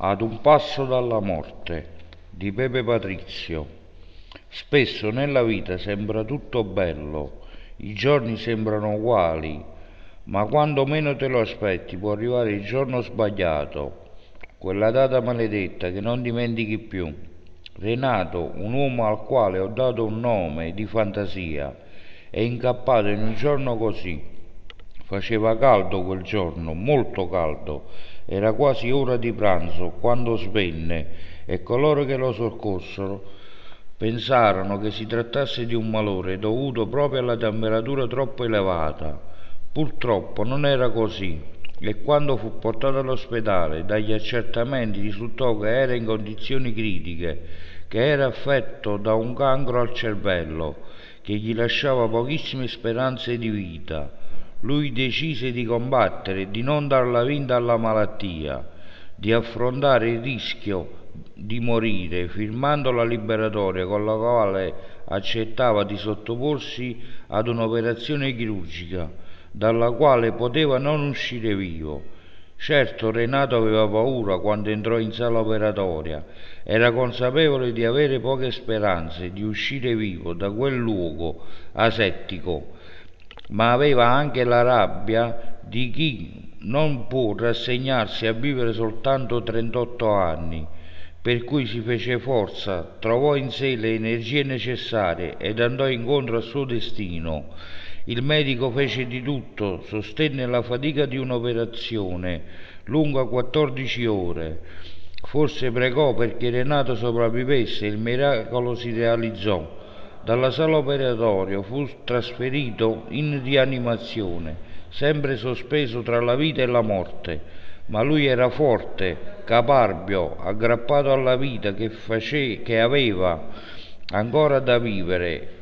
Ad un passo dalla morte di Pepe Patrizio. Spesso nella vita sembra tutto bello, i giorni sembrano uguali, ma quando meno te lo aspetti può arrivare il giorno sbagliato, quella data maledetta che non dimentichi più. Renato, un uomo al quale ho dato un nome di fantasia, è incappato in un giorno così. Faceva caldo quel giorno, molto caldo. Era quasi ora di pranzo quando svenne e coloro che lo soccorsero pensarono che si trattasse di un malore dovuto proprio alla temperatura troppo elevata. Purtroppo non era così e quando fu portato all'ospedale dagli accertamenti risultò che era in condizioni critiche, che era affetto da un cancro al cervello che gli lasciava pochissime speranze di vita. Lui decise di combattere e di non darla vinta alla malattia, di affrontare il rischio di morire, firmando la liberatoria con la quale accettava di sottoporsi ad un'operazione chirurgica, dalla quale poteva non uscire vivo. Certo, Renato aveva paura quando entrò in sala operatoria, era consapevole di avere poche speranze di uscire vivo da quel luogo asettico, ma aveva anche la rabbia di chi non può rassegnarsi a vivere soltanto 38 anni, per cui si fece forza, trovò in sé le energie necessarie ed andò incontro al suo destino. Il medico fece di tutto, sostenne la fatica di un'operazione lunga 14 ore. Forse pregò perché Renato sopravvivesse e il miracolo si realizzò. Dalla sala operatoria fu trasferito in rianimazione, sempre sospeso tra la vita e la morte, ma lui era forte, caparbio, aggrappato alla vita che aveva ancora da vivere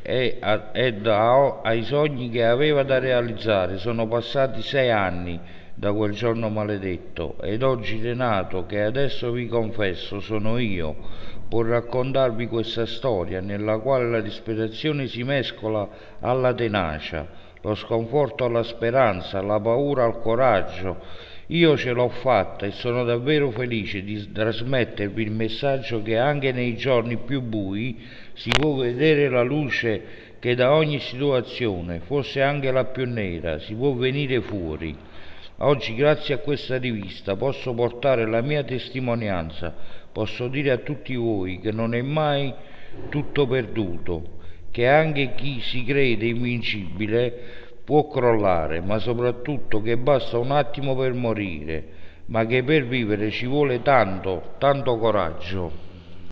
ai sogni che aveva da realizzare. Sono passati 6 anni da quel giorno maledetto ed oggi Renato, che adesso vi confesso sono io, può raccontarvi questa storia nella quale la disperazione si mescola alla tenacia, lo sconforto alla speranza, la paura al coraggio. Io ce l'ho fatta e sono davvero felice di trasmettervi il messaggio che anche nei giorni più bui si può vedere la luce, che da ogni situazione, forse anche la più nera, si può venire fuori. Oggi, grazie a questa rivista, posso portare la mia testimonianza, posso dire a tutti voi che non è mai tutto perduto, che anche chi si crede invincibile può crollare, ma soprattutto che basta un attimo per morire, ma che per vivere ci vuole tanto, tanto coraggio.